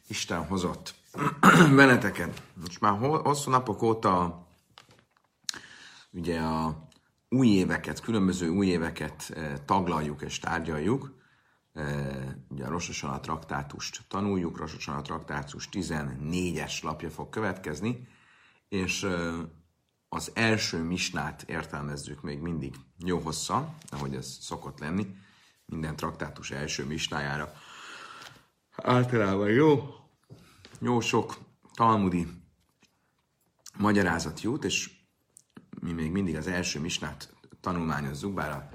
Isten hozott benneteket. Most már hosszú napok óta ugye a új éveket, különböző új éveket taglaljuk és tárgyaljuk. Ugye a Rosh Hashanah traktátust tanuljuk, Rosh Hashanah traktátus 14-es lapja fog következni, és az első misnát értelmezzük még mindig jó hosszan, ahogy ez szokott lenni, minden traktátus első misnájára. Általában jó sok talmudi magyarázat jut, és mi még mindig az első misnát tanulmányozzuk, bár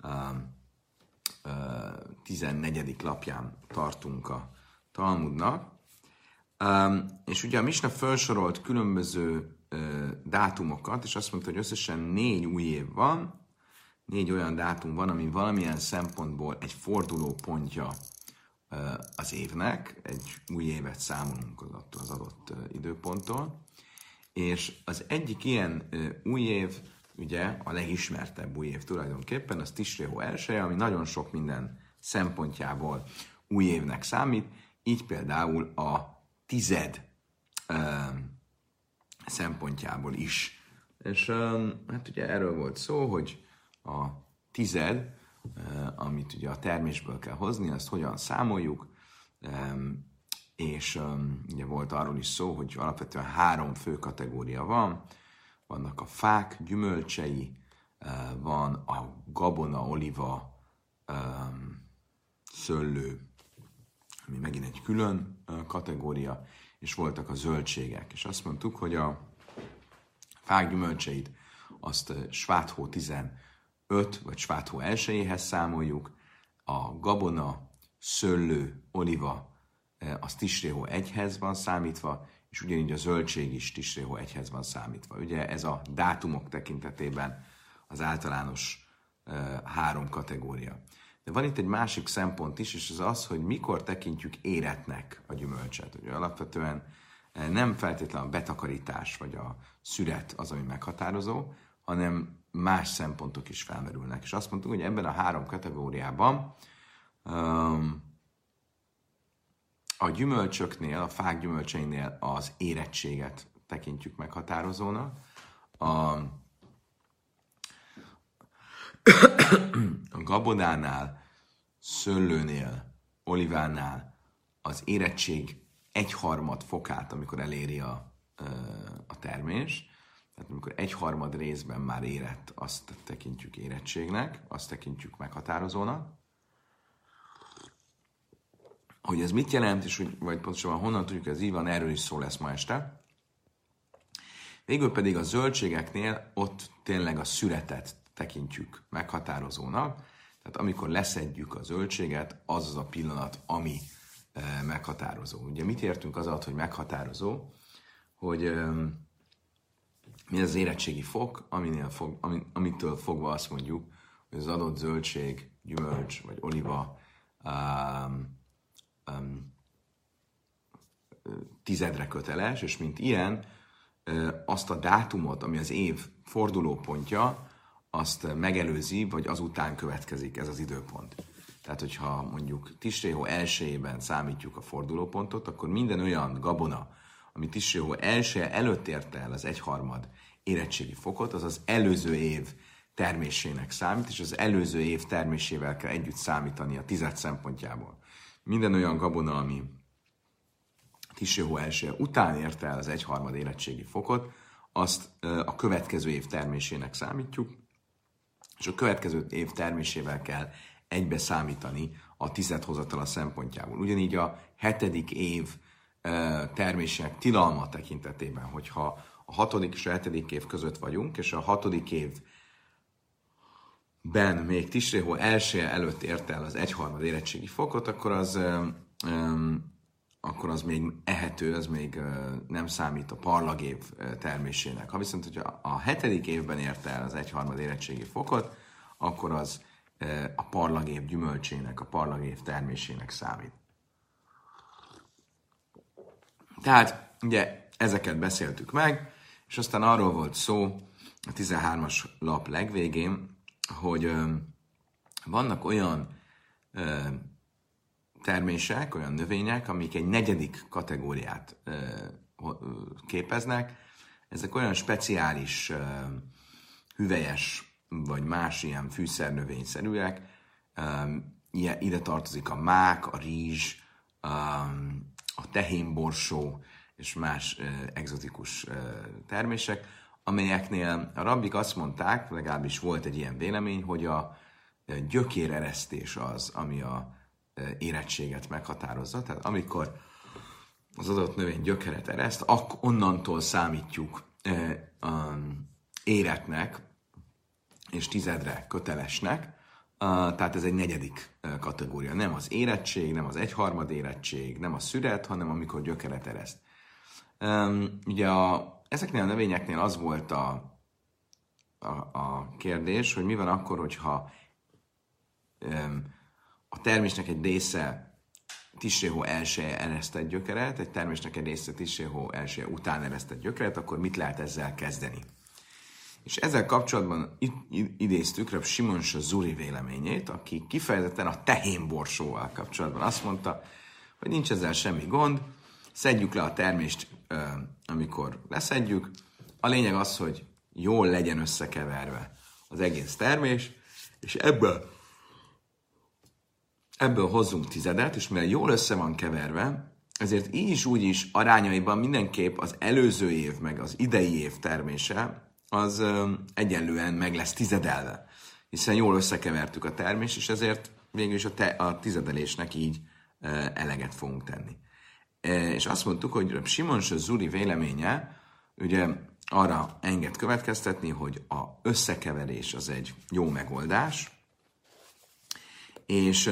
a 14. lapján tartunk a Talmudnak. És ugye a misna felsorolt különböző dátumokat, és azt mondta, hogy összesen 4 új év van, 4 olyan dátum van, ami valamilyen szempontból egy fordulópontja az évnek, egy új évet számolunk az adott időponttól, és az egyik ilyen új év, ugye a legismertebb új év tulajdonképpen, az Tishrei hó elsője, ami nagyon sok minden szempontjából új évnek számít, így például a tized szempontjából is. És hát ugye erről volt szó, hogy a tized, amit ugye a termésből kell hozni, azt hogyan számoljuk, és ugye volt arról is szó, hogy alapvetően 3 fő kategória van. Vannak a fák, gyümölcsei, van a gabona, oliva, szőlő, ami megint egy külön kategória, és voltak a zöldségek. És azt mondtuk, hogy a fák gyümölcseit azt Sváthó 15, vagy Sváthó 1-éhez számoljuk, a gabona, szőlő, oliva, az Tishrei hó 1-hez van számítva, és ugyanígy a zöldség is Tishrei hó 1-hez van számítva. Ugye ez a dátumok tekintetében az általános 3 kategória. De van itt egy másik szempont is, és az az, hogy mikor tekintjük éretnek a gyümölcset. Ugye alapvetően nem feltétlenül a betakarítás vagy a szüret az, ami meghatározó, hanem más szempontok is felmerülnek. És azt mondtuk, hogy ebben a 3 kategóriában a gyümölcsöknél, a fák gyümölcseinél az érettséget tekintjük meghatározónak. A gabonánál, szőlőnél, olivánál az érettség 1/3 fokát, amikor eléri a termés. Tehát amikor 1/3 részben már érett, azt tekintjük érettségnek, azt tekintjük meghatározónak. Hogy ez mit jelent, és hogy, vagy pontosabban honnan tudjuk, hogy ez így van, erről is szó lesz ma este. Végül pedig a zöldségeknél ott tényleg a szüretet tekintjük meghatározónak. Tehát amikor leszedjük a zöldséget, az az a pillanat, ami meghatározó. Ugye mit értünk az alatt, hogy meghatározó, hogy mi az érettségi fok, amitől fogva azt mondjuk, hogy az adott zöldség, gyümölcs vagy oliva 10-re köteles, és mint ilyen, azt a dátumot, ami az év fordulópontja, azt megelőzi, vagy azután következik ez az időpont. Tehát, hogyha mondjuk Tishrei hó 1-ében számítjuk a fordulópontot, akkor minden olyan gabona, ami Tishrei hó 1 előtt érte el az 1/3 érettségi fokot, az az előző év termésének számít, és az előző év termésével kell együtt számítani a tized szempontjából. Minden olyan gabona, ami Tishrei hó 1 után érte el az 1/3 érettségi fokot, azt a következő év termésének számítjuk, és a következő év termésével kell egybe számítani a tizedhozatala szempontjából. Ugyanígy a 7. év termésének tilalma tekintetében, hogyha a 6. és a 7. év között vagyunk, és a 6. évben még Tishrei hó 1 előtt érte el az 1/3 érettségi fokot, akkor az még ehető, az még nem számít a parlagév termésének. Ha viszont, hogyha a 7. évben érte el az 1/3 érettségi fokot, akkor az a parlagév gyümölcsének, a parlagév termésének számít. Tehát ugye ezeket beszéltük meg, és aztán arról volt szó a 13-as lap legvégén, hogy vannak olyan termések, olyan növények, amik egy negyedik kategóriát képeznek. Ezek olyan speciális, hüvelyes, vagy más ilyen fűszernövényszerűek. Ide tartozik a mák, a rizs, a tehénborsó és más egzotikus termések, amelyeknél a rabbik azt mondták, legalábbis volt egy ilyen vélemény, hogy a gyökéreresztés az, ami a érettséget meghatározza. Tehát amikor az adott növény gyökeret ereszt, onnantól számítjuk éretnek és tizedre kötelesnek. Tehát ez egy negyedik kategória. Nem az érettség, nem az egyharmad érettség, nem a szüret, hanem amikor gyökeret ereszt. Ugye ezeknél a növényeknél az volt a kérdés, hogy mi van akkor, hogyha a termésnek egy része Tisréhó elsője eresztett gyökeret, egy termésnek egy része Tisréhó elsője után eresztett gyökeret, akkor mit lehet ezzel kezdeni? És ezzel kapcsolatban idéztük Reb Simon Zuri véleményét, aki kifejezetten a tehénborsóval kapcsolatban azt mondta, hogy nincs ezzel semmi gond, szedjük le a termést, amikor leszedjük. A lényeg az, hogy jól legyen összekeverve az egész termés, és ebből hozzunk tizedet, és mivel jól össze van keverve, ezért így is úgy is arányaiban mindenképp az előző év, meg az idei év termése az egyenlően meg lesz tizedelve, hiszen jól összekevertük a termést, és ezért végül is a tizedelésnek így eleget fogunk tenni. És azt mondtuk, hogy Simon Zuri véleménye ugye arra enged következtetni, hogy a összekeverés az egy jó megoldás, és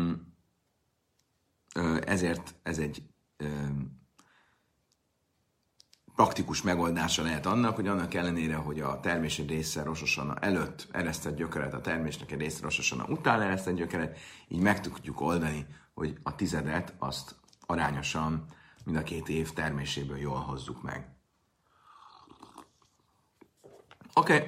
ezért ez egy praktikus megoldása lehet annak, hogy annak ellenére, hogy a termés egy része Rosh Hasana előtt eresztett gyökeret, a termésnek egy része Rosh Hasana után eresztett gyökeret, így meg tudjuk oldani, hogy a tizedet azt arányosan mind a két év terméséből jól hozzuk meg. Oké.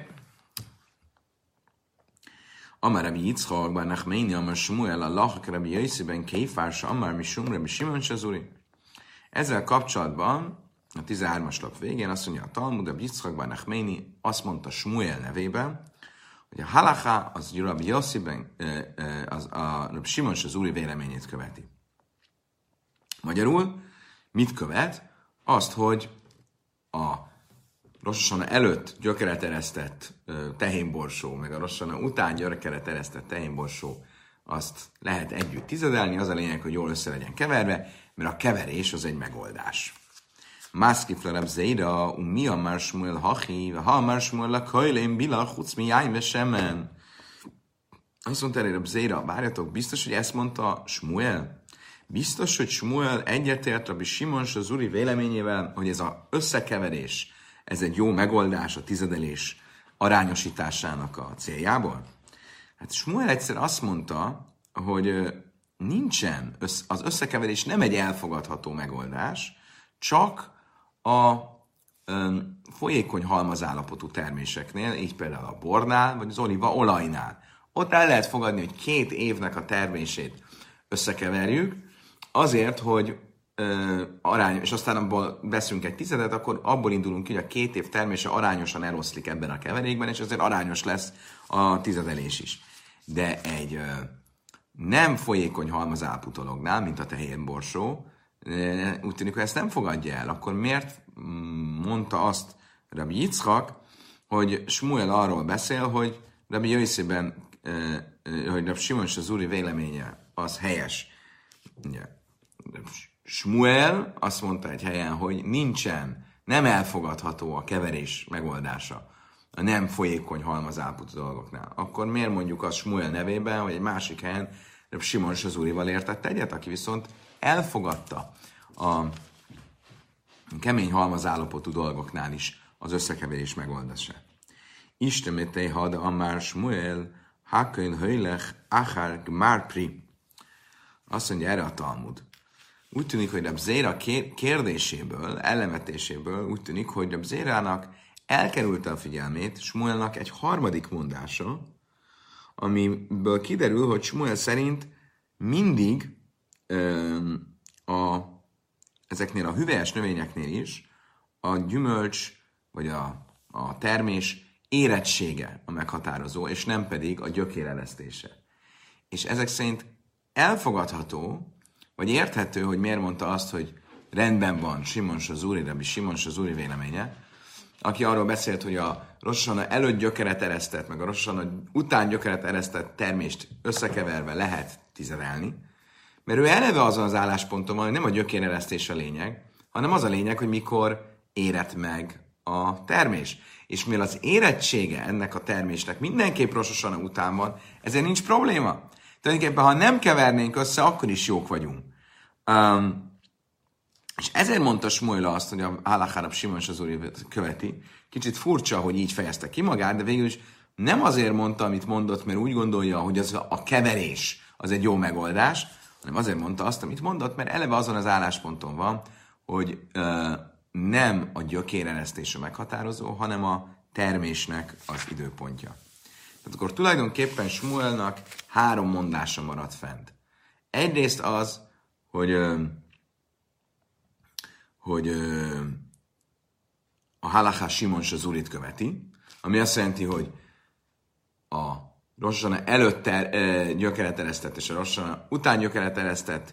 Amar Rabbi Yitzchak bar Nachmani, Amar Shmuel, Allah Rabbi Yossi ben Kéfás, Amar Mishum Rabbi Simon Zuri. Ezzel kapcsolatban a 13-as lap végén azt mondja a Talmud, Rabbi Yitzchak bar Nachmani azt mondta Shmuel nevében, hogy a halacha az Rabbi Yossi ben, az a Rabbi Simon Zuri véleményét követi. Magyarul mit követ? Azt, hogy a Rosh Hasana előtt gyökeret eresztett tehénborsó, meg a Rosh Hasana után gyökeret eresztett tehénborsó, azt lehet együtt tizedelni, az a lényeg, hogy jól össze legyen keverve, mert a keverés az egy megoldás. Mászkifla Reb Zeira, mi a Mar Shmuel hachi, ha Mar Shmuel a kajlén bilach, huc mi jájme semen. Azt mondta Reb Zeira, várjatok, biztos, hogy ezt mondta Shmuel? Biztos, hogy Shmuel egyetért Rabbi Simon Zuri véleményével, hogy ez az összekeverés, ez egy jó megoldás a tizedelés arányosításának a céljából? Hát Shmuel egyszer azt mondta, hogy nincsen, az összekeverés nem egy elfogadható megoldás, csak a folyékony halmazállapotú terméseknél, így például a bornál, vagy az olívaolajnál. Ott el lehet fogadni, hogy 2 évnek a termését összekeverjük, azért, hogy arányos, és aztán abból veszünk egy tizedet, akkor abból indulunk ki, hogy a 2 év termése arányosan eloszlik ebben a keverékben, és ezért arányos lesz a tizedelés is. De egy nem folyékony halmazállapú dolognál, mint a tehénborsó, úgy tűnik, hogy ezt nem fogadja el. Akkor miért mondta azt Rabbi Yitzchak, hogy Shmuel arról beszél, hogy Rabbi Yossiben, hogy Rabbi Simon Zuri véleménye az helyes. Ugye, Shmuel azt mondta egy helyen, hogy nem elfogadható a keverés megoldása a nem folyékony halmazállapotú dolgoknál. Akkor miért mondjuk azt Shmuel nevében, hogy egy másik helyen Reb Simon Zurival értett egyet, aki viszont elfogadta a kemény halmazállapotú dolgoknál is az összekeverés megoldását. Istemetei had amár Shmuel hakön höjlech achar gmárpri. Azt mondja erre a Talmud. Úgy tűnik, hogy Reb Zéra kérdéséből, ellenvetéséből úgy tűnik, hogy Reb Zérának elkerülte a figyelmét Shmuelnak egy harmadik mondása, amiből kiderül, hogy Shmuel szerint mindig ezeknél a hüvelyes növényeknél is a gyümölcs, vagy a termés érettsége a meghatározó, és nem pedig a gyökéreresztése. És ezek szerint elfogadható, vagy érthető, hogy miért mondta azt, hogy rendben van Simon Sazuri, Rabbi Simon Sazuri véleménye, aki arról beszélt, hogy a Rosh Hashanah előtt gyökeret eresztett, meg a Rosh Hashanah után gyökeret eresztett termést összekeverve lehet tizedelni, mert ő eleve azon az állásponton van, hogy nem a gyökéreresztés a lényeg, hanem az a lényeg, hogy mikor érett meg a termés. És mivel az érettsége ennek a termésnek mindenképp Rosh Hashanah után van, ezért nincs probléma. Tulajdonképpen, ha nem kevernénk össze, akkor is jók vagyunk. És ezért mondta Smuel azt, hogy a Halachárab Simon Sazuri követi. Kicsit furcsa, hogy így fejezte ki magát, de végül is nem azért mondta, amit mondott, mert úgy gondolja, hogy az a keverés az egy jó megoldás, hanem azért mondta azt, amit mondott, mert eleve azon az állásponton van, hogy nem a gyökéreresztés a meghatározó, hanem a termésnek az időpontja. Tehát akkor tulajdonképpen Smuelnak 3 mondása maradt fent. Egyrészt az, hogy a halachá Simon Sazurit követi, ami azt jelenti, hogy a Rosh Hashanah előtt gyökeret eresztett, és a Rosh Hashanah után gyökeret eresztett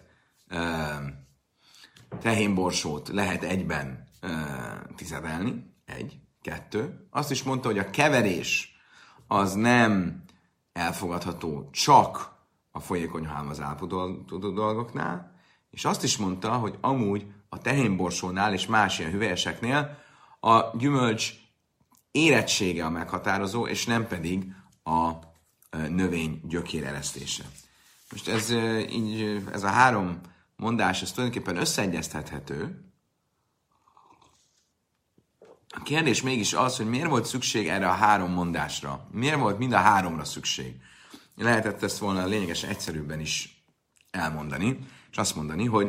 tehénborsót lehet egyben tizedelni. 1, 2. Azt is mondta, hogy a keverés az nem elfogadható csak a folyékony halmaz állapotú dolgoknál, és azt is mondta, hogy amúgy a tehénborsónál és más ilyen hüvelyeseknél a gyümölcs érettsége a meghatározó, és nem pedig a növény gyökéreresztése. Most ez a 3 mondás, ez tulajdonképpen összeegyeztethető. A kérdés mégis az, hogy miért volt szükség erre a 3 mondásra? Miért volt mind a 3-ra szükség? Lehetett ezt volna lényegesen egyszerűbben is elmondani, és azt mondani, hogy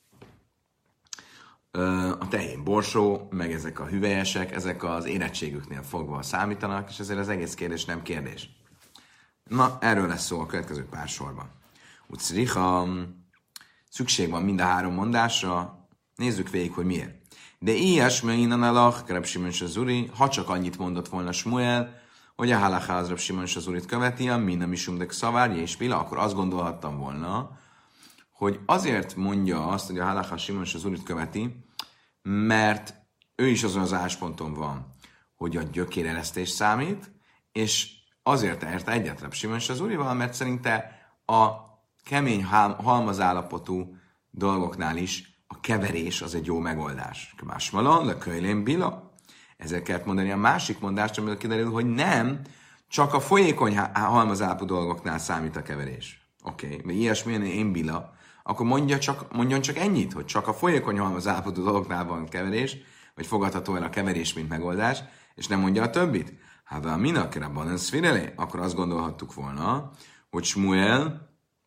a tehénborsó, meg ezek a hüvelyesek, ezek az érettségüknél fogva számítanak, és ezért az egész kérdés nem kérdés. Na, erről lesz szó a következő pár sorban. Ucriha, szükség van mind a 3 mondásra, nézzük végig, hogy miért. De ilyesmi innen alach, Reb Simon Sazuri, ha csak annyit mondott volna Smuel, hogy a halachá az Reb Simon Sazurit követi, min a misumdek szavárja és pila, akkor azt gondolhattam volna, hogy azért mondja azt, hogy a halachá Simon Sazurit követi, mert ő is azon az állásponton van, hogy a gyökéreresztés számít, és azért ért egyet Reb Simon Sazurival, mert szerinte a kemény halmazállapotú dolgoknál is a keverés az egy jó megoldás. Másmalon, le köjlén bila. Ezért kellett mondani a másik mondást, amiből kiderül, hogy nem, csak a folyékony halmazállapotú dolgoknál számít a keverés. Oké, vagy ilyesmilyen én bila, akkor mondjon csak ennyit, hogy csak a folyékony halmazállapotú dolgoknál van keverés, vagy fogadható el a keverés, mint megoldás, és nem mondja a többit. Hát a minakra ez szvirelé, akkor azt gondolhattuk volna, hogy Smuel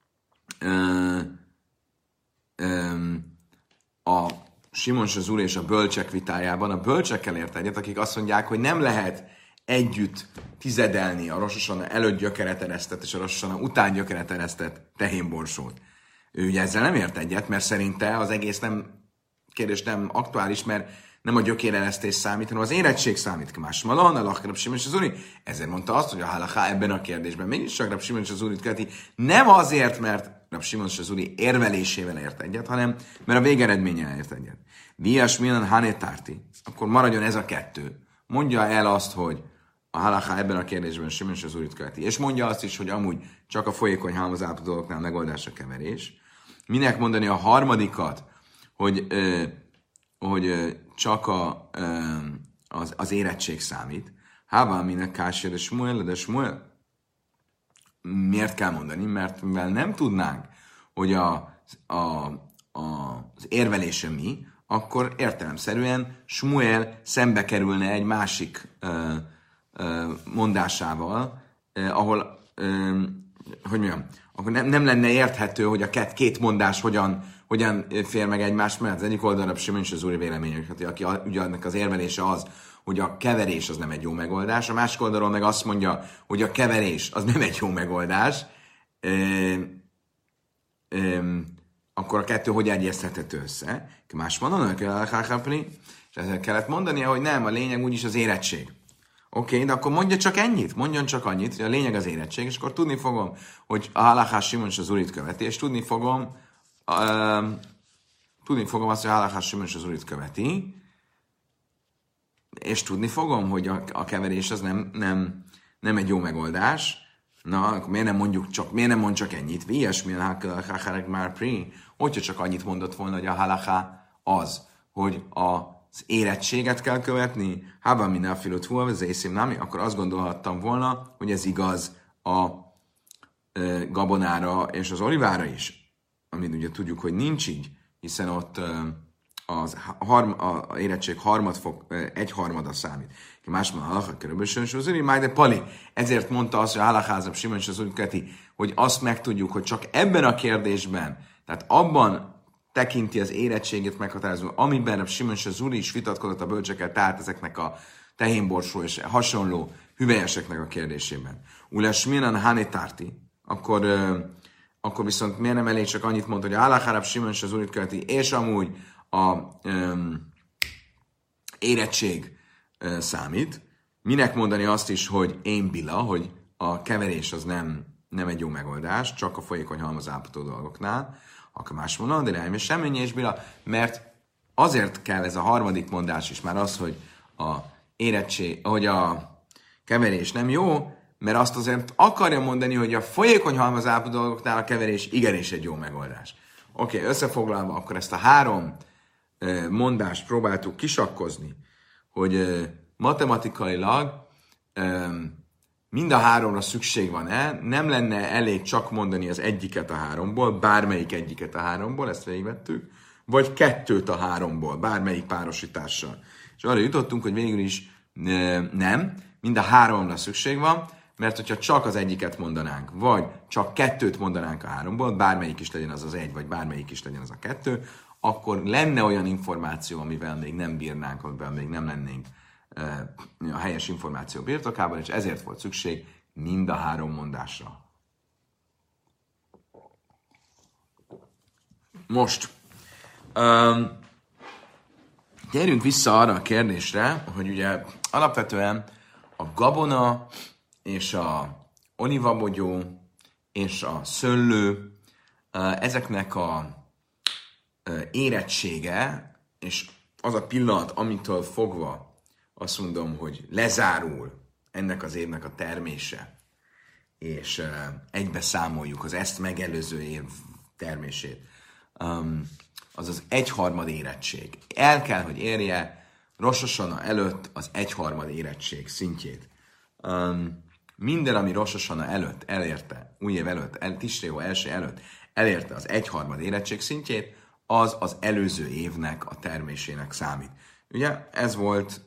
a Simon Sazur és a bölcsek vitájában a bölcsekkel ért egyet, akik azt mondják, hogy nem lehet együtt tizedelni a Rosh Hashanah előtt gyökeret eresztett és a Rosh Hashanah után gyökeret eresztett tehénborsót. Ő ugye ezzel nem ért egyet, mert szerinte az egész kérdés nem aktuális, mert nem a gyökéreresztés számít, hanem az érettség számít. Másmalon, a Reb Simon Sazuri. Ezért mondta azt, hogy a halachá ebben a kérdésben mégis csak Reb Simon Sazurit követi. Nem azért, mert Reb Simon Sazuri érvelésével ért egyet, hanem mert a végeredménnyel ért egyet. Vias milan hanétárti. Akkor maradjon ez a 2. Mondja el azt, hogy a halachá ebben a kérdésben Simon Sazurit követi. És mondja azt is, hogy amúgy csak a folyékony halmazállapotú dolgoknál megoldás a keverés. Minek mondani a harmadikat, hogy csak az érettség számít. Hává minek kássér de Smuel. Miért kell mondani? Mert mivel nem tudnánk, hogy az érvelése mi, akkor értelemszerűen Smuel szembe kerülne egy másik mondásával, ahol, hogy mondjam, akkor nem lenne érthető, hogy a 2 mondás hogyan fér meg egymás mellett. Az egyik oldalra Simon Sazuri véleményük, aki ugye annak az érvelése az, hogy a keverés az nem egy jó megoldás, a másik oldalról meg azt mondja, hogy a keverés az nem egy jó megoldás, akkor a kettő hogy egyeztethető össze? Más mondanak, és ezzel kellett mondania, hogy nem, a lényeg úgyis az érettség. Oké, de akkor mondja csak ennyit, mondjon csak annyit, hogy a lényeg az érettség, és akkor tudni fogom, hogy a halachás Simon és az Urit követi, és tudni fogom azt, hogy a halachás Simon és az Urit követi, és tudni fogom, hogy a keverés az nem egy jó megoldás. Na, akkor miért nem mond csak ennyit? Ilyesmilyen halacha már pri, hogyha csak annyit mondott volna, hogy a halacha az, hogy az érettséget kell követni, hában minden filót húva, akkor azt gondolhattam volna, hogy ez igaz a gabonára és az olivára is. Amit ugye tudjuk, hogy nincs így, hiszen ott az érettség egyharmada számít. Másban a halacha körülbelül és az Uri, majd de Pali. Ezért mondta azt, hogy a halacházabb Simon és az Uri követi, hogy azt megtudjuk, hogy csak ebben a kérdésben, tehát abban tekinti az érettségét meghatározó, amiben a Simon és az Uri is vitatkozott a bölcsekkel, tehát ezeknek a tehénborsó és hasonló hüvelyeseknek a kérdésében. Ules minan hane tárti, akkor viszont miért nem elég csak annyit mondta, hogy a halacházabb Simon és az Uri követi, és amúgy a érettség számít. Minek mondani azt is, hogy én bila, hogy a keverés az nem egy jó megoldás, csak a folyékony halmazállapotó dolgoknál, akkor más mondom, de nem, és semmi és bila, mert azért kell ez a harmadik mondás is, már az, hogy hogy a keverés nem jó, mert azt azért akarja mondani, hogy a folyékony halmazállapotó dolgoknál a keverés igenis egy jó megoldás. Oké, összefoglalva, akkor ezt a három mondást próbáltuk kisakkozni, hogy matematikailag mind a háromra szükség van-e, nem lenne elég csak mondani az egyiket a háromból, bármelyik egyiket a háromból, ezt végigvettük, vagy kettőt a háromból, bármelyik párosítással. És arra jutottunk, hogy végül is nem, mind a háromra szükség van, mert hogyha csak az egyiket mondanánk, vagy csak kettőt mondanánk a háromból, bármelyik is legyen az az egy, vagy bármelyik is legyen az a kettő, akkor lenne olyan információ, amivel még nem bírnánk, amivel még nem lennénk a helyes információ birtokában, és ezért volt szükség mind a három mondásra. Most gyerünk vissza arra a kérdésre, hogy ugye alapvetően a gabona és a olivabogyó és a szőlő ezeknek a érettsége, és az a pillanat, amitől fogva azt mondom, hogy lezárul ennek az évnek a termése, és egybe számoljuk az ezt megelőző év termését, az az egyharmad érettség. El kell, hogy érje Rosh Hashanah előtt az egyharmad érettség szintjét. Minden, ami Rosh Hashanah előtt elérte, új év előtt, Tisré első előtt elérte az egyharmad érettség szintjét, az előző évnek a termésének számít. Ugye ez volt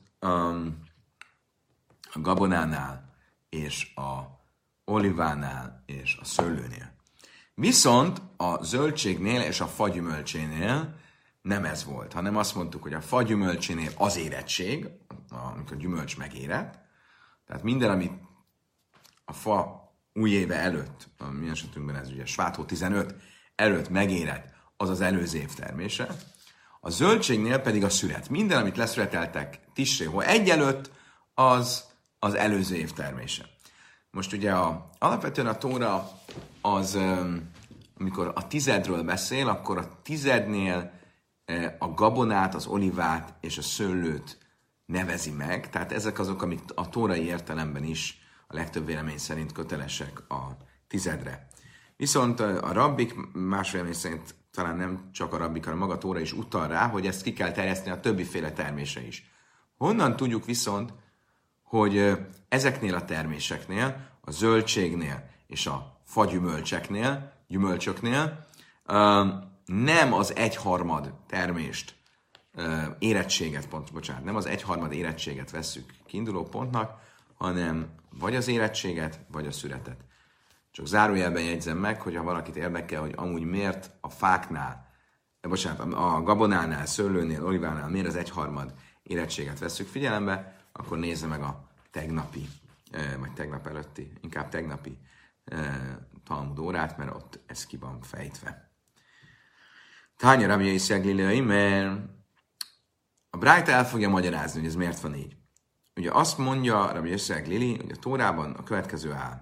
a gabonánál, és a olivánál, és a szőlőnél. Viszont a zöldségnél és a fagyümölcsénél nem ez volt, hanem azt mondtuk, hogy a fagyümölcsénél az érettség, amikor a gyümölcs megérett, tehát minden, ami a fa új éve előtt, a mi esetünkben ez ugye Sváthó 15 előtt megérett, az az előző év termése. A zöldségnél pedig a szüret. Minden, amit leszüreteltek Tisréhó egy előtt, az előző év termése. Most ugye alapvetően a Tóra az, amikor a tizedről beszél, akkor a tizednél a gabonát, az olivát és a szőlőt nevezi meg. Tehát ezek azok, amik a tórai értelemben is a legtöbb vélemény szerint kötelesek a tizedre. Viszont a rabbik más vélemény szerint talán nem csak a rabbik, hanem maga Tóra is utal rá, hogy ezt ki kell terjeszteni a többiféle termése is. Honnan tudjuk viszont, hogy ezeknél a terméseknél, a zöldségnél és a gyümölcsöknél nem az egyharmad termést, nem az egyharmad érettséget vesszük kiinduló pontnak, hanem vagy az érettséget, vagy a szüretet. Csak zárójelben jegyzem meg, hogyha valakit érdekel, hogy amúgy miért a fáknál, a gabonánál, szőlőnél, olivánál miért az egyharmad érettséget vesszük figyelembe, akkor nézze meg a tegnapi, vagy tegnap előtti, inkább tegnapi Talmud órát, mert ott ez ki van fejtve. Tánya Rabbi Yossi Glili, mert a Brájta el fogja magyarázni, hogy ez miért van így. Ugye azt mondja Rabbi Yossi Glili, hogy a Tórában a következő áll.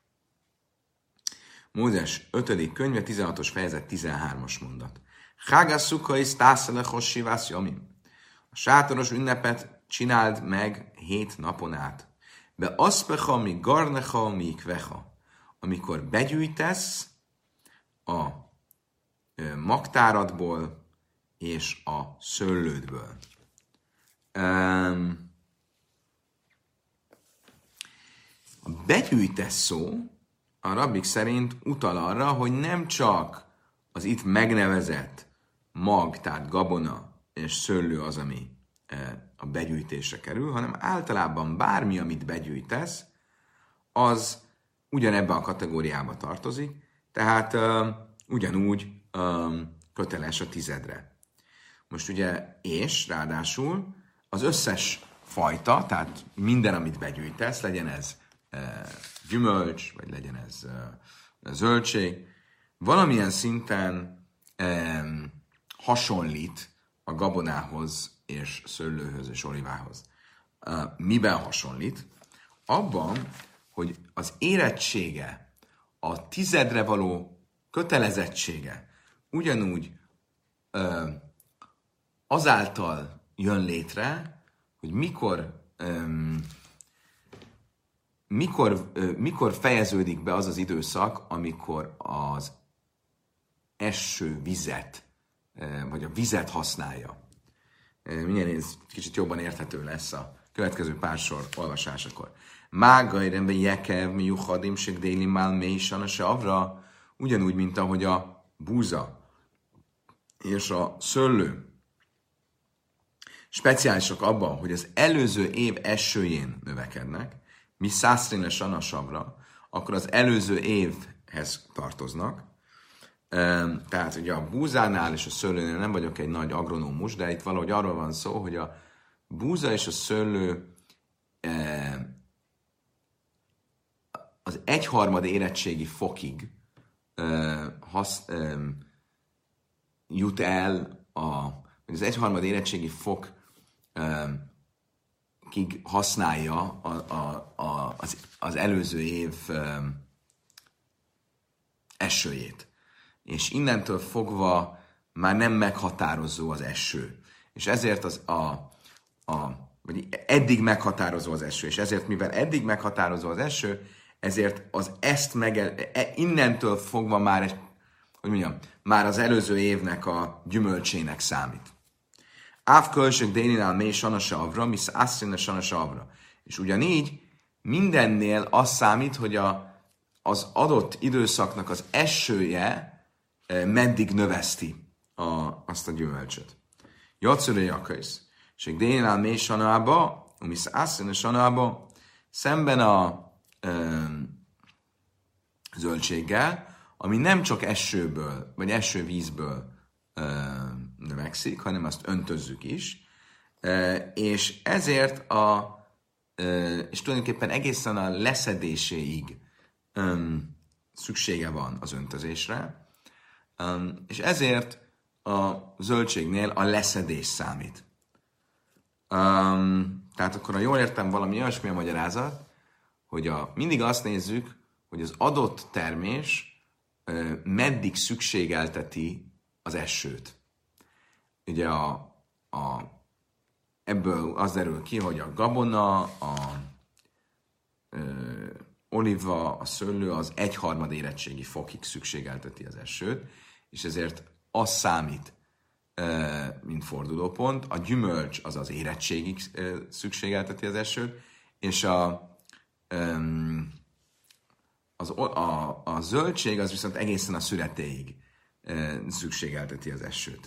Mózes 5. könyve, 16-os fejezet, 13-as mondat. Chágas szukkais tászalechos sivász jamim. A sátoros ünnepet csináld meg 7 napon át. Be aszpecha, mi garnecha, mi kvecha. Amikor begyűjtesz a magtáradból és a szőlődből. A begyűjtesz szó a rabbik szerint utal arra, hogy nem csak az itt megnevezett mag, tehát gabona és szőlő az, ami a begyűjtésre kerül, hanem általában bármi, amit begyűjtesz, az ugyanebbe a kategóriába tartozik, tehát ugyanúgy köteles a 10-re. Most ugye, és ráadásul az összes fajta, tehát minden, amit begyűjtesz, legyen ez gyümölcs, vagy legyen ez zöldség, valamilyen szinten hasonlít a gabonához és szőlőhöz és olivához. Miben hasonlít? Abban, hogy az érettsége, a 10-re való kötelezettsége ugyanúgy azáltal jön létre, hogy mikor fejeződik be az az időszak, amikor az eső vizet, vagy a vizet használja. Mindjárt ez kicsit jobban érthető lesz a következő pár sor olvasásakor. Mágajremben jekev, mi juhadim, seg déli mál mély se avra, ugyanúgy, mint ahogy a búza és a szőlő speciálisak abban, hogy az előző év esőjén növekednek, mi szászrén a savra, akkor az előző évhez tartoznak. Tehát ugye a búzánál és a szőlőnél nem vagyok egy nagy agronómus, de itt valahogy arról van szó, hogy a búza és a szőlő az 1/3 érettségi fokig jut el, az 1/3 érettségi fokig használja az előző év esőjét. És innentől fogva már nem meghatározó az eső. És ezért vagy eddig meghatározó az eső. És ezért, mivel eddig meghatározó az eső, ezért innentől fogva már az előző évnek a gyümölcsének számít. Ávkölsök délinál mély sanasa avra, misz asszine sanasa avra. És ugyanígy mindennél az számít, hogy az adott időszaknak az esője meddig növeszti azt a gyümölcsöt. Jatszöre jakaisz. És délinál mély sanába, misz asszine sanába, szemben a zöldséggel, ami nem csak esőből, vagy esővízből növekszik, hanem azt öntözzük is, és ezért és tulajdonképpen egészen a leszedéséig szüksége van az öntözésre, és ezért a zöldségnél a leszedés számít. Tehát akkor, ha jól értem, valami olyasmi a magyarázat, hogy mindig azt nézzük, hogy az adott termés meddig szükségelteti az esőt. Ugye ebből az derül ki, hogy a gabona, oliva, a szőlő az 1/3 érettségi fokig szükségelteti az esőt, és ezért az számít, mint fordulópont. A gyümölcs az az érettségig szükségelteti az esőt, és a zöldség az viszont egészen a szüretéig szükségelteti az esőt.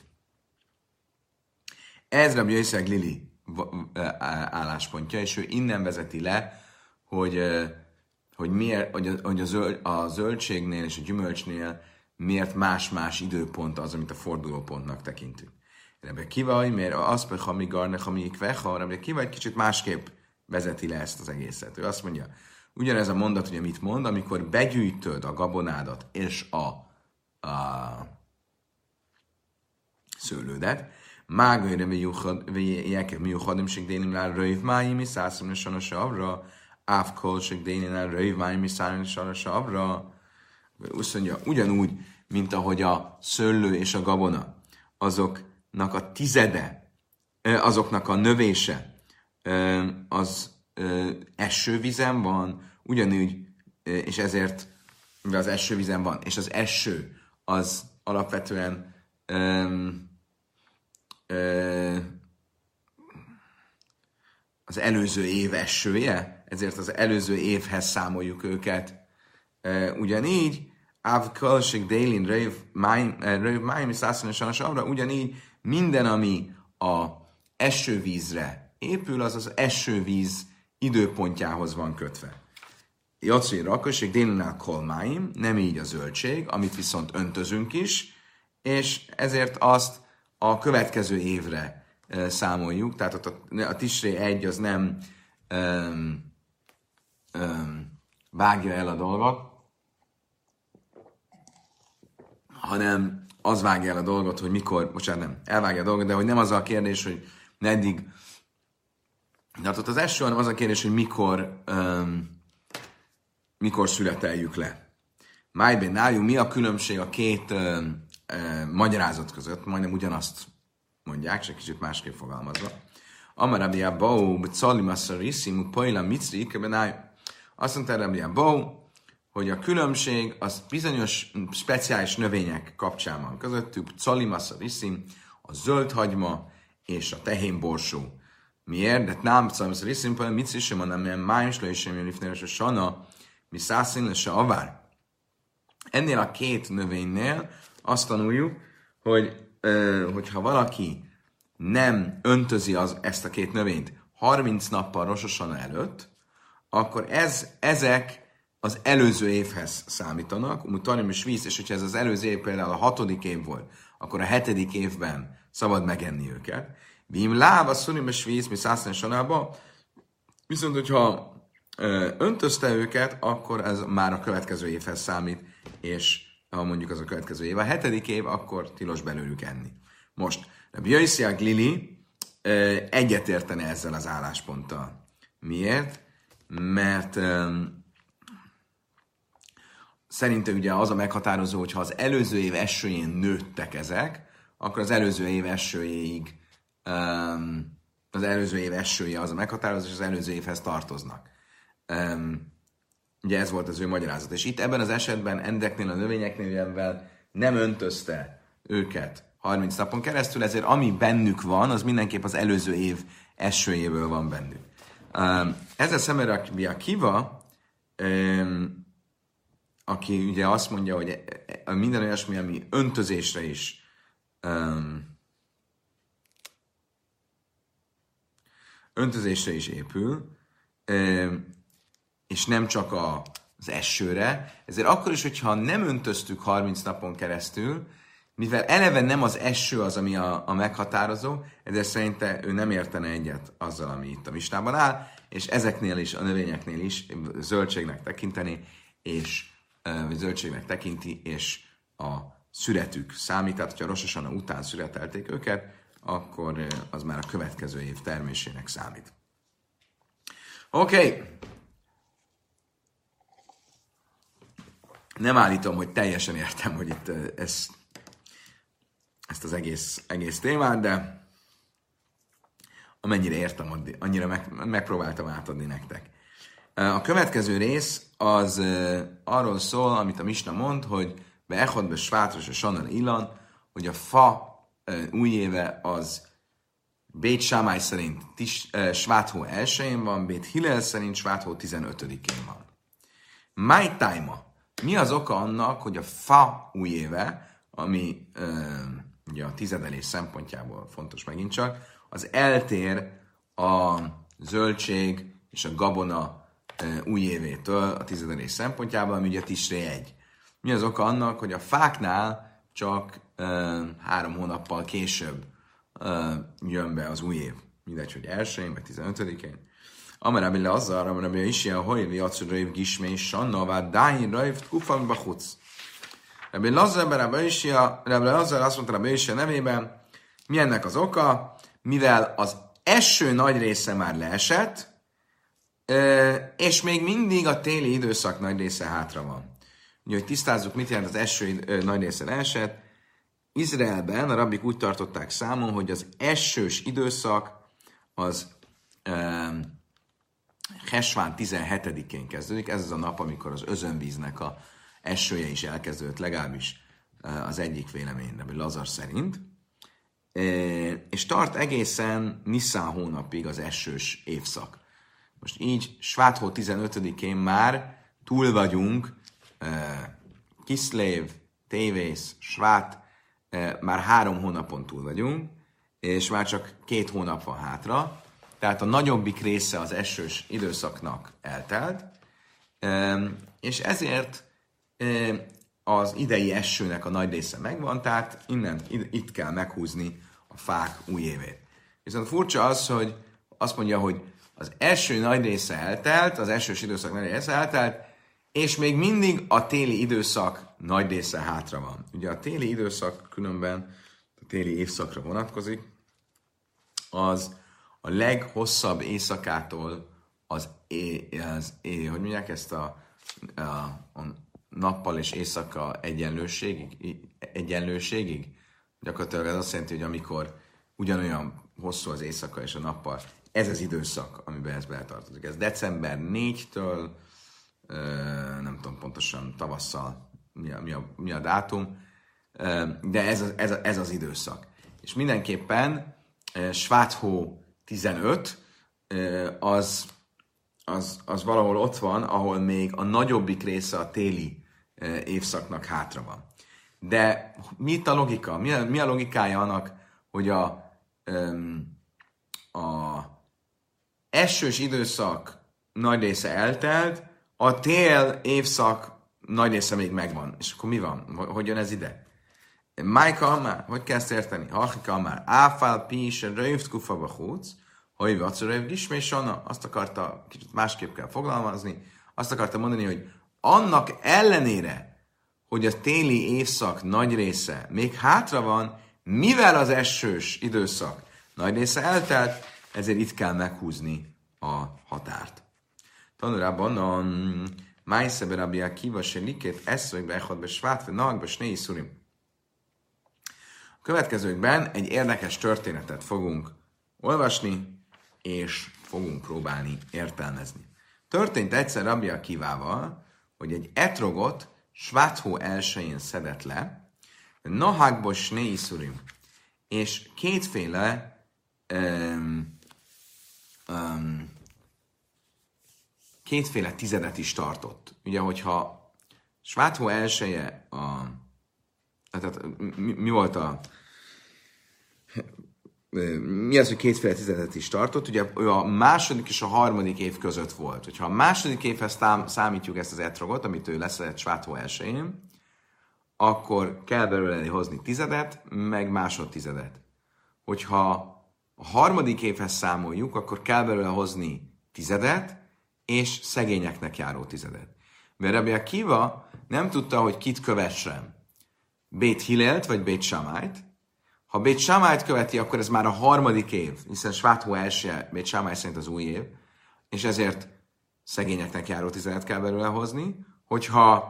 Ez Rabbi Yossi Glili álláspontja, és ő innen vezeti le, hogy miért, hogy a zöldségnél és a gyümölcsnél miért más-más időpont az, amit a fordulópontnak tekintünk. Rabbi Kiva, miért az pecha mi garnecha mi kvecha, Rabbi Kiva egy kicsit másképp vezeti le ezt az egészet. Ő azt mondja, ugyanez a mondat, ugye mit mond, amikor begyűjtöd a gabonádat és a szőlődet. Mágajra vejjeke miuchadimség dénim lár röjv máim is szászom és sana savra, ávkolség dénim lár röjv máim is szászom és sana savra. Azt mondja, ugyanúgy, mint ahogy a szőlő és a gabona, azoknak a tizede, azoknak a növése az esővízen van, ugyanúgy, és ezért az esővízen van, és az eső az alapvetően az előző év esője, ezért az előző évhez számoljuk őket. Ugyanígy, Ávkalsik Délin Röjv Máim Szászonyosan ugyanígy minden, ami a esővízre épül, az az esővíz időpontjához van kötve. Jacsi Rakosik Délinnál Kolmáim, nem így a zöldség, amit viszont öntözünk is, és ezért azt a következő évre számoljuk, tehát a Tisré 1 az nem vágja el a dolgot, hanem az vágja el a dolgot, hogy mikor, elvágja a dolgot, de hogy nem az a kérdés, hogy meddig tartott az eső, hanem az a kérdés, hogy mikor születeljük le. Májben nájunk, mi a különbség a két magyarázat között? Majdnem ugyanazt mondják, és egy kicsit másképp fogalmazva. Amarabia bau, bcalimasszarissimu, pajla micri, azt mondta Rabia bau, hogy a különbség az bizonyos speciális növények kapcsán van közöttük, calimasszarisszim, a zöldhagyma és a tehénborsó. Miért? De nem calimasszarisszim, pajla micri sem van, amilyen májusla is sem jön ifnéres a sana, mi szászín se avár. Ennél a két növénynél azt tanuljuk, hogy hogyha valaki nem öntözi ezt a két növényt 30 nappal Rosh Hashanah előtt, akkor ezek az előző évhez számítanak, mutanim és víz, és hogyha ez az előző év például a 6. év volt, akkor a 7. évben szabad megenni őket. Vím láva szunim és víz, mi szászán sanába, viszont hogyha öntözte őket, akkor ez már a következő évhez számít, és ha mondjuk az a következő év, a 7. év, akkor tilos belőlük enni. Most, Rabbi Yosi Glili egyetértene ezzel az állásponttal. Miért? Mert szerintem ugye az a meghatározó, hogy ha az előző év esőjén nőttek ezek, akkor az előző év esőjéig az előző év esője az a meghatározó, és az előző évhez tartoznak. Ugye ez volt az ő magyarázat. És itt ebben az esetben endeknél a növényeknél, mivel nem öntözte őket 30 napon keresztül, ezért ami bennük van, az mindenképp az előző év esőjéből van bennük. Ezzel szemben a Kiva, aki ugye azt mondja, hogy minden olyasmi, ami öntözésre is épül, és nem csak az esőre, ezért akkor is, hogyha nem öntöztük 30 napon keresztül, mivel eleve nem az eső az, ami a meghatározó, ezért szerinte ő nem értene egyet azzal, ami itt a misnában áll, és ezeknél is, a növényeknél is zöldségnek tekinteni, vagy zöldségnek tekinti, és a születük számít, tehát hogyha Rosh Hashanah után születelték őket, akkor az már a következő év termésének számít. Oké. Nem állítom, hogy teljesen értem, hogy itt ezt az egész témát, de amennyire értem, annyira megpróbáltam átadni nektek. A következő rész az arról szól, amit a Misna mond, hogy beechod svátros a sanar ilan, hogy a fa új éve az Bét Sámály szerint Sváthó 1-én van, Bét Hillel szerint Sváthó 15-én van. My time. Mi az oka annak, hogy a fa új éve, ami ugye a tizedelés szempontjából fontos megint csak, az eltér a zöldség és a gabona új évétől a tizedelés szempontjából, ami ugye Tisré 1. Mi az oka annak, hogy a fáknál csak 3 hónappal később jön be az új év. Mindegy, hogy 1-én vagy 15-én. Amarabbi le azzal, amarabbi is ilyen, hogy vi acud röjv gismé, sanna, vád dáin röjv, kufan, bachuc. Rabbi Lazar azt mondta Rabbi Yosi nevében, Mi ennek az oka? Mivel az eső nagy része már leesett, és még mindig a téli időszak nagy része hátra van. Ugye, hogy tisztázzuk, mit jelent az eső nagy része leesett. Izraelben a rabbik úgy tartották számon, hogy az esős időszak az Hesván 17-én kezdődik. Ez az a nap, amikor az özönvíznek a esője is elkezdődött, legalábbis az egyik véleményre, vagy Lazar szerint. És tart egészen Nisztán hónapig az esős évszak. Most így Sváthó 15-én már túl vagyunk, Kiszlév, Tévész, Svát, már 3 hónapon túl vagyunk, és már csak 2 hónap van hátra, tehát a nagyobbik része az esős időszaknak eltelt, és ezért az idei esőnek a nagy része megvan, tehát itt kell meghúzni a fák új évét. Viszont furcsa az, hogy azt mondja, hogy az eső nagy része eltelt, az esős időszak nagy része eltelt, és még mindig a téli időszak nagy része hátra van. Ugye a téli időszak különben a téli évszakra vonatkozik, az a leghosszabb éjszakától hogy mondják ezt a nappal és éjszaka egyenlőségig. Gyakorlatilag ez azt jelenti, hogy amikor ugyanolyan hosszú az éjszaka és a nappal, ez az időszak, amiben ez beletartozik. Ez december 4-től, nem tudom pontosan tavasszal mi a dátum, de ez az időszak. És mindenképpen Sváthó 15 az valahol ott van, ahol még a nagyobbik része a téli évszaknak hátra van. De mi itt a logika? Mi a logikája annak, hogy a esős időszak nagy része eltelt, a tél évszak nagy része még megvan. És akkor mi van? Hogy jön ez ide? Májka már, hogy kell ezt érteni? Hachika már, áfál pís, röjvt kufa bachúc, hogy vacoröjv gismésana, azt akarta, kicsit másképp kell foglalmazni, azt akarta mondani, hogy annak ellenére, hogy a téli évszak nagy része még hátra van, mivel az esős időszak nagy része eltelt, ezért itt kell meghúzni a határt. Tanulában a Májszebe Rabbi Akiva se likét eszvekbe echadbe svátve nagbe snéi szurim. A következőkben egy érdekes történetet fogunk olvasni, és fogunk próbálni értelmezni. Történt egyszer Rabbi Akivával, hogy egy etrogot Sváthó 1-én szedett le, Nahagbo snéi szurim, és kétféle tizedet is tartott. Ugye, hogyha Sváthó 1-je tehát mi volt mi az, hogy kétféle tizedet is tartott? Ugye ő a második és a harmadik év között volt. Hogyha a második évhez számítjuk ezt az etrogot, amit ő leszedett Sváthó 1-én, akkor kell belőle hozni tizedet, meg másodtizedet. Hogyha a harmadik évhez számoljuk, akkor kell belőle hozni tizedet, és szegényeknek járó tizedet. Mert Rabbi Akiva nem tudta, hogy kit kövessen. Bét Hillelt vagy Bét Samájt. Ha Bét Samájt követi, akkor ez már a harmadik év, hiszen Sváthó 1 Bét Samáj szerint az új év, és ezért szegényeknek járó tizedet kell belőle hozni. Hogyha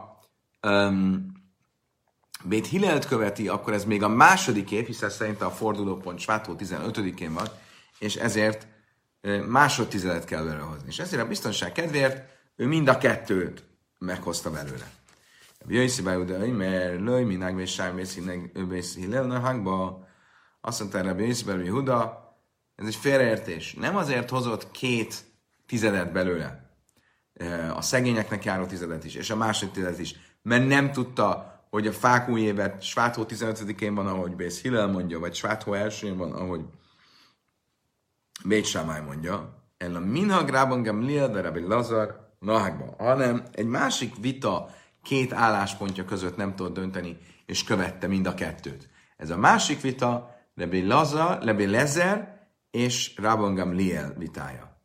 Bét Hillelt követi, akkor ez még a második év, hiszen szerint a fordulópont Sváthó 15-én van, és ezért másodtizedet kell belőle hozni. És ezért a biztonság kedvéért ő mind a kettőt meghozta belőle. Jöjjszi bájudai, mert lőj, minnág és sájmész Hillelna hangba. Azt mondta erre Jöjjszi bájudai Huda, ez egy félreértés. Nem azért hozott 2 tizedet belőle, a szegényeknek járó tizedet is, és a második tizedet is, mert nem tudta, hogy a fák új évet Sváthó 15-én van, ahogy Bész Hillel mondja, vagy Sváthó 1-én van, ahogy Bét Sámály mondja, el a Minhagrában Gamliel, de Rabbi Lazar Nahagban, hanem egy másik vita 2 álláspontja között nem tudott dönteni, és követte mind a kettőt. Ez a másik vita Rabbi Lezer és Rabban Gamliel vitája.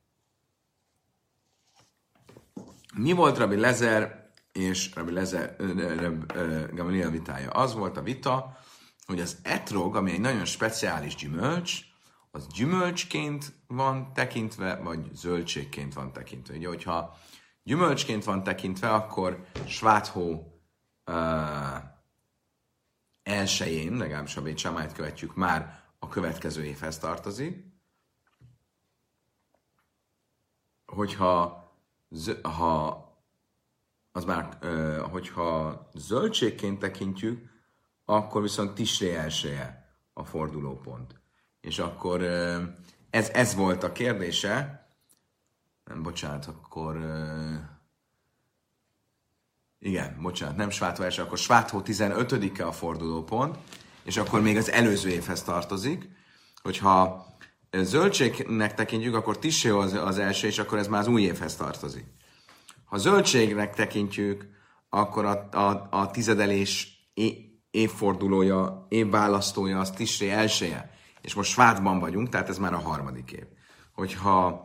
Mi volt Rabbi Lezer és Rabbi Gamliel vitája? Az volt a vita, hogy az etrog, ami egy nagyon speciális gyümölcs, az gyümölcsként van tekintve, vagy zöldségként van tekintve. Ugye, hogyha gyümölcsként van tekintve, akkor Sváthó elsején, legalábbis a Bét Sámályt követjük, már a következő évhez tartozik. Hogyha zöldségként tekintjük, akkor viszont Tisré elsője a fordulópont. És akkor ez volt a kérdése. Nem, bocsánat, akkor... Igen, bocsánat, nem Sváthó első, akkor Sváthó 15-e a fordulópont, és akkor még az előző évhez tartozik. Hogyha zöldségnek tekintjük, akkor Tisré az első, és akkor ez már az új évhez tartozik. Ha zöldségnek tekintjük, akkor a tizedelés évfordulója, évválasztója az Tisré elsője, és most Svátban vagyunk, tehát ez már a harmadik év. Hogyha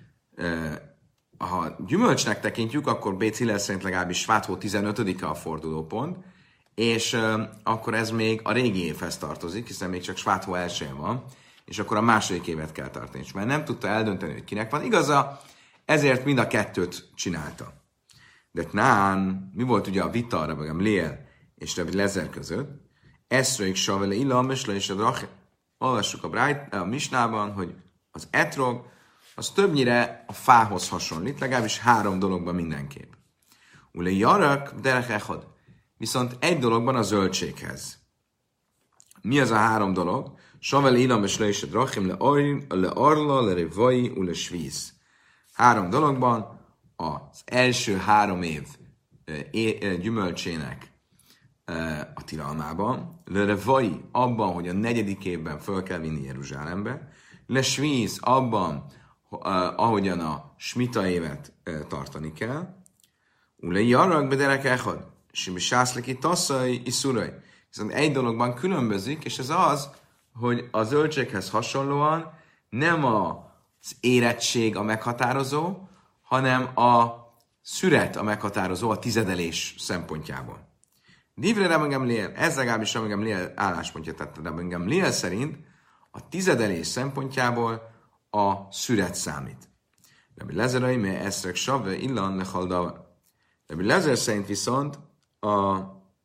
ha gyümölcsnek tekintjük, akkor Bét Hillel szerint legalábbis Sváthó 15-e a fordulópont, és akkor ez még a régi évhez tartozik, hiszen még csak Sváthó elsője van, és akkor a második évet kell tartani. És mert nem tudta eldönteni, hogy kinek van igaza, ezért mind a kettőt csinálta. De Tnán, mi volt ugye a vita arra, meg a Mliel és Rabbi Lezer között? Eszröik Savele Illam, és le is a Drach. Olvassuk a Misnában, hogy az etrog, az többnyire a fához hasonlít, legalábbis 3 dologban mindenképp. Ule jarak, derech echad. Viszont egy dologban a zöldséghez. Mi az a 3 dolog? Savele Illam, és le is a Drachim, le arla, le revai, ule svíz. 3 dologban az első 3 év gyümölcsének a tilalmában, le revai abban, hogy a 4. évben föl kell vinni Jeruzsálembe, le svíz abban, ahogyan a smita évet tartani kell, ule jarak bederek echad, simi sászleki tasszai iszuraj. Viszont egy dologban különbözik, és ez az, hogy a zöldséghez hasonlóan nem az érettség a meghatározó, hanem a szüret a meghatározó a tizedelés szempontjából. Divre Rabban Gamliel, ez legalábbis Rabban Gamliel álláspontja, tehát Rabban Gamliel szerint a tizedelés szempontjából a szüret számít. Rabbi Lezerai, mely eszrek savve illan lechaldava. Rabbi Lezer szerint viszont a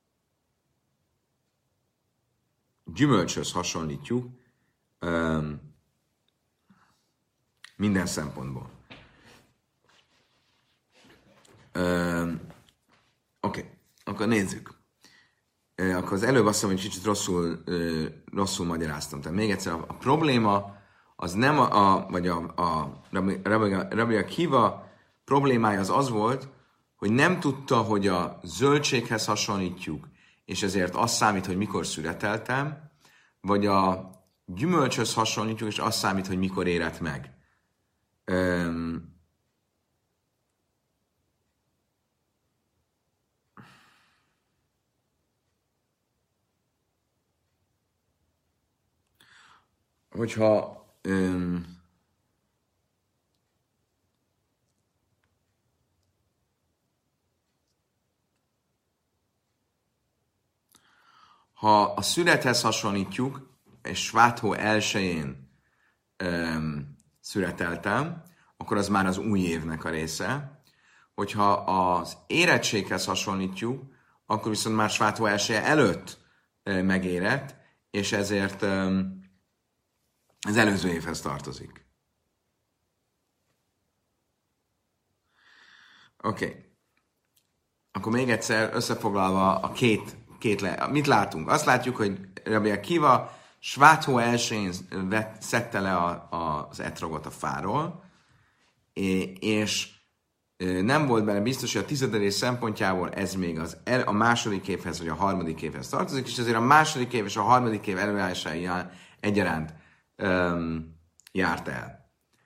gyümölcshöz hasonlítjuk minden szempontból. Oké, akkor nézzük. Akkor az előbb azt mondom, hogy kicsit rosszul magyaráztam. Tehát még egyszer, a probléma az nem vagy a Rabbi Akiva problémája az volt, hogy nem tudta, hogy a zöldséghez hasonlítjuk, és ezért az számít, hogy mikor születeltem, vagy a gyümölcshöz hasonlítjuk, és az számít, hogy mikor érett meg. Hogyha ha a születhez hasonlítjuk, és Sváthó elsőjén születeltem, akkor az már az új évnek a része. Hogyha az érettséghez hasonlítjuk, akkor viszont már Sváthó elsője előtt megérett, és ezért az előző évhez tartozik. Oké. Akkor még egyszer összefoglalva a mit látunk? Azt látjuk, hogy Rabbi Akiva Sváthó elsőjén szedte le az etrogot a fáról, és nem volt benne biztos, hogy a tizedelés szempontjából ez még a második évhez vagy a harmadik évhez tartozik, és ezért a második év és a harmadik év előállásai egyaránt járt el.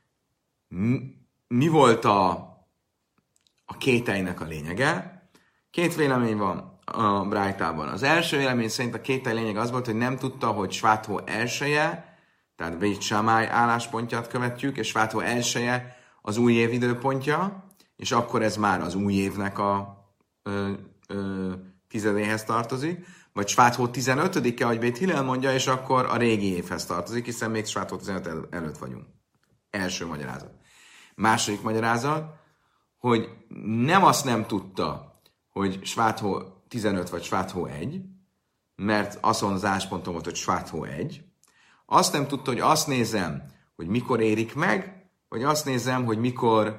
Mi volt a kételynek a lényege? 2 vélemény van a Brájtában. Az első vélemény szerint a kételj lényeg az volt, hogy nem tudta, hogy Sváthó elsője, tehát Bét Sámály álláspontját követjük, és Sváthó elsője az új év időpontja, és akkor ez már az új évnek a tizedéhez tartozik. vagy Sváthó 15-e, ahogy Bét Hillel mondja, és akkor a régi évhez tartozik, hiszen még Sváthó 15 előtt vagyunk. Első magyarázat. Második magyarázat, hogy azt nem tudta, hogy Sváthó 15 vagy Sváthó 1, mert azon az állásponton volt, hogy Sváthó 1. Azt nem tudta, hogy azt nézem, hogy mikor érik meg, vagy azt nézem, hogy mikor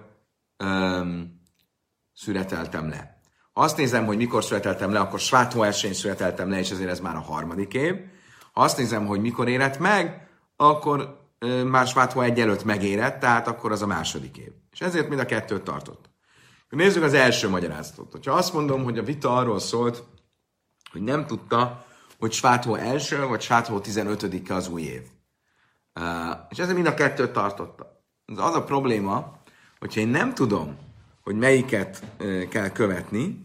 születeltem le. Ha azt nézem, hogy mikor születeltem le, akkor Sváthó 1-én születeltem le, és ezért ez már a harmadik év. Ha azt nézem, hogy mikor érett meg, akkor már Sváthó 1 előtt megérett, tehát akkor az a második év. És ezért mind a kettőt tartott. Nézzük az első magyarázatot. Ha azt mondom, hogy a vita arról szólt, hogy nem tudta, hogy Sváthó 1 vagy Sváthó 15-e az új év. És ezért mind a kettőt tartotta. Az a probléma, hogyha én nem tudom, hogy melyiket kell követni,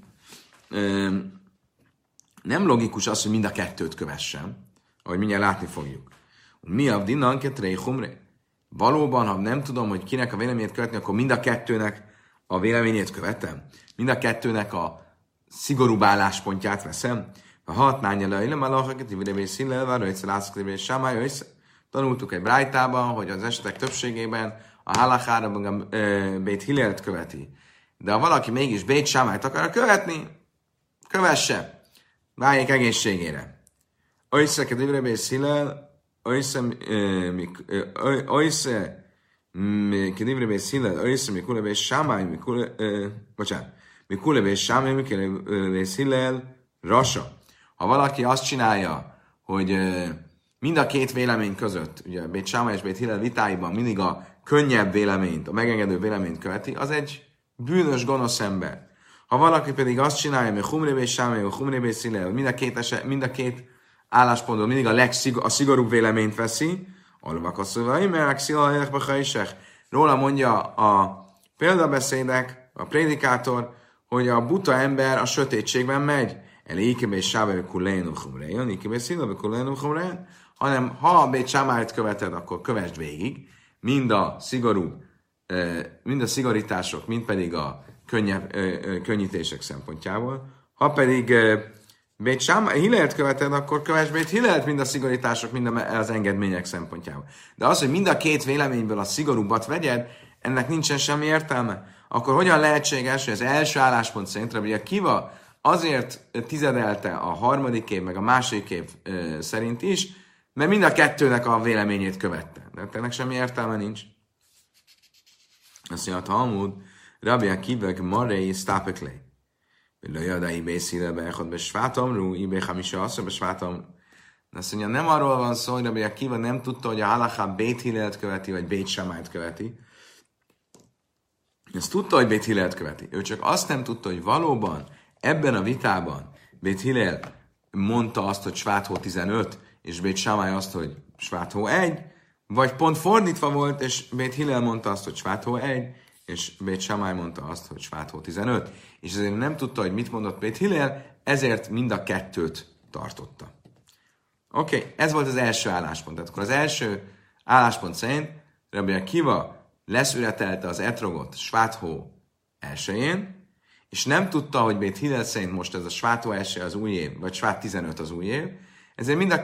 nem logikus az, hogy mind a kettőt kövessem, ahogy mindjárt látni fogjuk. Mi a dinanketrei humre? Valóban, ha nem tudom, hogy kinek a véleményét követni, akkor mind a kettőnek a véleményét követem. Mind a kettőnek a szigorúbb álláspontját veszem. Ha hatnánya leilem, alahakat, ivrébé színlelve, röjtszer lászkrévé sámály, tanultuk egy brájtában, hogy az esetek többségében a halakára Bét Hillelt követi. De ha valaki mégis Bét Sámályt akar követni, kövesse. Váljék egészségére. Olysze kedvébé Hillel, olysze kedvébé Hillel, olysze mikulebé Sámály, mikulebé Sámály, mikulebé Hillel, rasa. Ha valaki azt csinálja, hogy mind a két vélemény között, ugye Bét Sámály és Bét Hillel vitáiban mindig a könnyebb véleményt, a megengedő véleményt követi, az egy bűnös, gonosz ember. Ha valaki pedig azt csinálja, hogy Humrébé Sámály, Humrébé Hillel, mind a két álláspontból mindig a szigorúbb véleményt veszi, róla mondja a példabeszédek, a prédikátor, hogy a buta ember a sötétségben megy. Hanem ha a Bét Sámályt követed, akkor kövesd végig, mind a szigorítások, mind pedig a könnyítések szempontjából. Ha pedig Bét Sámály Hillelt követed, akkor kövesd Bét Hillelt, mind a szigorítások, mind az engedmények szempontjából. De az, hogy mind a két véleményből a szigorúbbat vegyed, ennek nincsen semmi értelme. Akkor hogyan lehetséges, hogy az első álláspont szerint Rabbi Akiva azért tizedelte a harmadik év, meg a második év szerint is, mert mind a kettőnek a véleményét követte. De ennek semmi értelme nincs. Azt mondja, a Talmud, Rabbi Akiva marei sztápeklei. Lőjadai bészílebe, echod be svátomrú, ibé hamisa asszor be svátom. Azt mondja, nem arról van szó, hogy Rabbi Akiva nem tudta, hogy a halaká Bét Hillelt követi, vagy Bét Sámályt követi. Ezt tudta, hogy Bét Hillelt követi. Ő csak azt nem tudta, hogy valóban ebben a vitában Bét Hillel mondta azt, hogy Sváthó 15, és Bét Sámály azt, hogy Sváthó 1, vagy pont fordítva volt, és Bét Hillel mondta azt, hogy Sváthó 1, és Bét Sámály mondta azt, hogy Sváthó 15. És ezért nem tudta, hogy mit mondott Bét Hillel, ezért mind a kettőt tartotta. Oké, ez volt az első álláspont. Tehát akkor az első álláspont szerint Rabbi Akiva leszületelte az etrogot Sváthó 1-én, és nem tudta, hogy Bét Hillel szerint most ez a Sváthó 1 az új év, vagy Svát 15 az új év, ezért mind a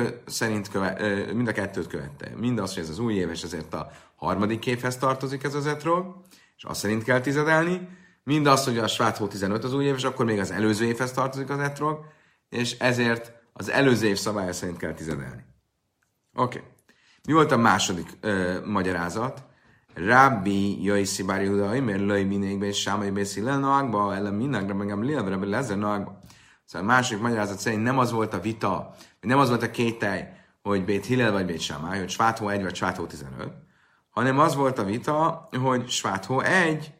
kettőt követte. Mind az, hogy ez az új év, és ezért a harmadik évhez tartozik ez az etrog, és azt szerint kell tizedelni, mind az, hogy a Sváthó 15 az új év, és akkor még az előző évhez tartozik az etrog, és ezért az előző év szabálya szerint kell tizedelni. Oké. Mi volt a második magyarázat? Rabbi Jaiszi Bár Judai, mert löj minégbe és sámai beszél noákba, ellen minnágra megem lélve, Rabbi Lezer noákba. Szóval a második magyarázat szerint nem az volt a vita, nem az volt a kételj, hogy Bét Hillel vagy Bét Sámály, hogy Sváthó 1 vagy Sváthó 15, hanem az volt a vita, hogy Sváthó 1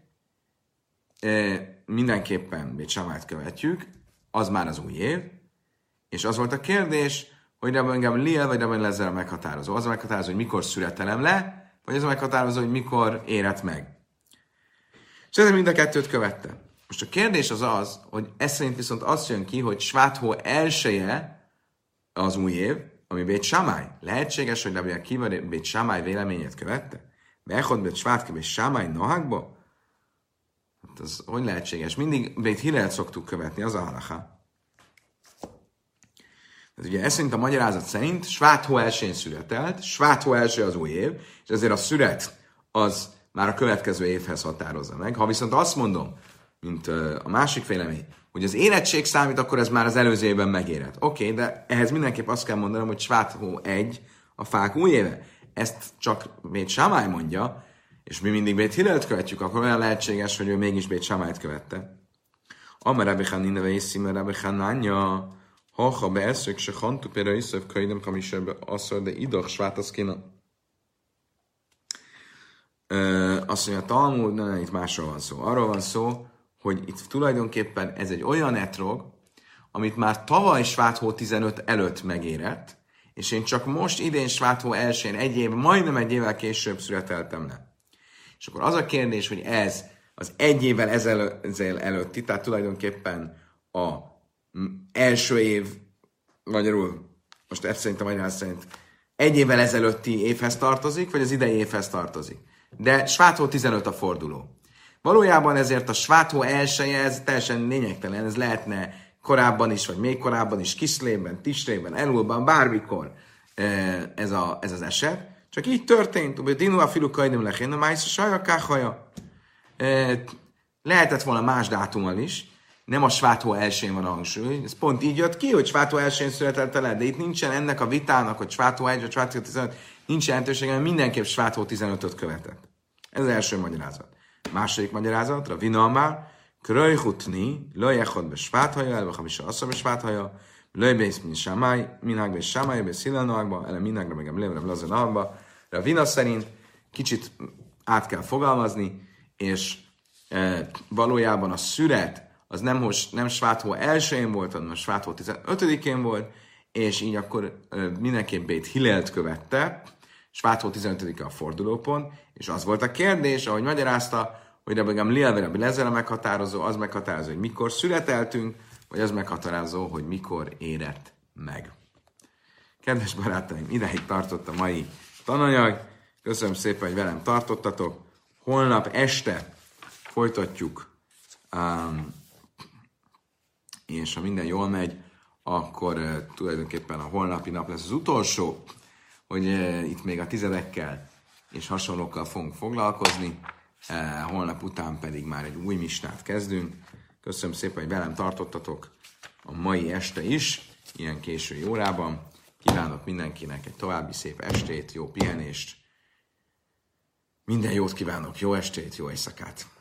mindenképpen Bét Sámályt követjük, az már az új év, és az volt a kérdés, hogy Rabbi Gamliel vagy Rabbi Lezer a meghatározó. Az a meghatározó, hogy mikor születelem le, vagy az a meghatározó, hogy mikor érett meg. És ezért mind a kettőt követte. Most a kérdés az az, hogy ez szerint viszont azt jön ki, hogy Sváthó 1-e az új év, ami Bét Sámály. Lehetséges, hogy Rabbi Akiva Bét Sámály véleményét követte? Beechod Bét Svátke Bét Sámály nohákba? Hát az hogy lehetséges? Mindig Bét Hillelt szoktuk követni, az a halaká. Tehát ugye ez szerint a magyarázat szerint Svát-hó elsőn születelt, Svát-hó első az új év, és ezért a szület az már a következő évhez határozza meg. Ha viszont azt mondom, mint a másik vélemény, hogy az érettség számít, akkor ez már az előző évben megérett. Oké, de ehhez mindenképp azt kell mondanom, hogy Svát-hó 1 a fák új éve. Ezt csak Bét Sámály mondja, és mi mindig Bét Hillelt követjük, akkor olyan lehetséges, hogy ő mégis Bét Sámályt követte. Amar Rabbi Chanina vészimer Rabbi Chananya, ha beeszök, se hantu például iszöv könyvem kamisebbe asszor, de idach svátaszkéna. Azt mondja, Talmud, itt másról van szó. Arról van szó, hogy itt tulajdonképpen ez egy olyan etrog, amit már tavaly Svát-hó 15 előtt megérett, és én csak most idén Svát-hó elsőn majdnem egy évvel később születeltem le. És akkor az a kérdés, hogy ez az egy évvel előtti, tehát tulajdonképpen a első év, magyarul, most ezt szerint a magyarázat szerint egy évvel ezelőtti évhez tartozik, vagy az idei évhez tartozik. De Svát-hó 15 a forduló. Valójában ezért a Svát-hó elsője, ez teljesen lényegtelen, ez lehetne korábban is, vagy még korábban is, Kiszlében, Tisrében, Elulban, bármikor ez az eset. Csak így történt, hogy Dinu a filu kajdim lechén, a májsz a saja, káhaja. Lehetett volna más dátummal is, nem a Svát-hó elsőn van a hangsúly. Ez pont így jött ki, hogy Svát-hó elsőn született el, de itt nincsen ennek a vitának, hogy Svát-hó 1 vagy Svát-hó 15, nincs jelentősége, mert mindenképp Svát-hó 15-öt követett. Ez az első magyarázat. Második magyarázat, Ravina Amár, Kröjhutni, Löjechod be Svát-haja, elve hamisa asszor be Svát-haja, Löjbész min Sámály, Minhág be Sámály, be Szilelnagba, ele Minhágra meg Emlévre, Blazenagba. Ravina szerint kicsit át kell fogalmazni, és valójában a szület az nem Svát-hó elsőjén volt, hanem a Svát-hó 15-én volt, és így akkor mindenképp Bét Hillelt követte, Svát-hó 15-e a fordulópont, és az volt a kérdés, ahogy magyarázta, hogy Rabbi Gamliel vagy Rabbi Lezer a meghatározó, az meghatározó, hogy mikor születeltünk, vagy az meghatározó, hogy mikor érett meg. Kedves barátaim, ideig tartott a mai tananyag. Köszönöm szépen, hogy velem tartottatok. Holnap este folytatjuk, és ha minden jól megy, akkor tulajdonképpen a holnapi nap lesz az utolsó, hogy itt még a tizedekkel és hasonlókkal fogunk foglalkozni, holnap után pedig már egy új misnát kezdünk. Köszönöm szépen, hogy velem tartottatok a mai este is, ilyen késői órában. Kívánok mindenkinek egy további szép estét, jó pihenést, minden jót kívánok, jó estét, jó éjszakát!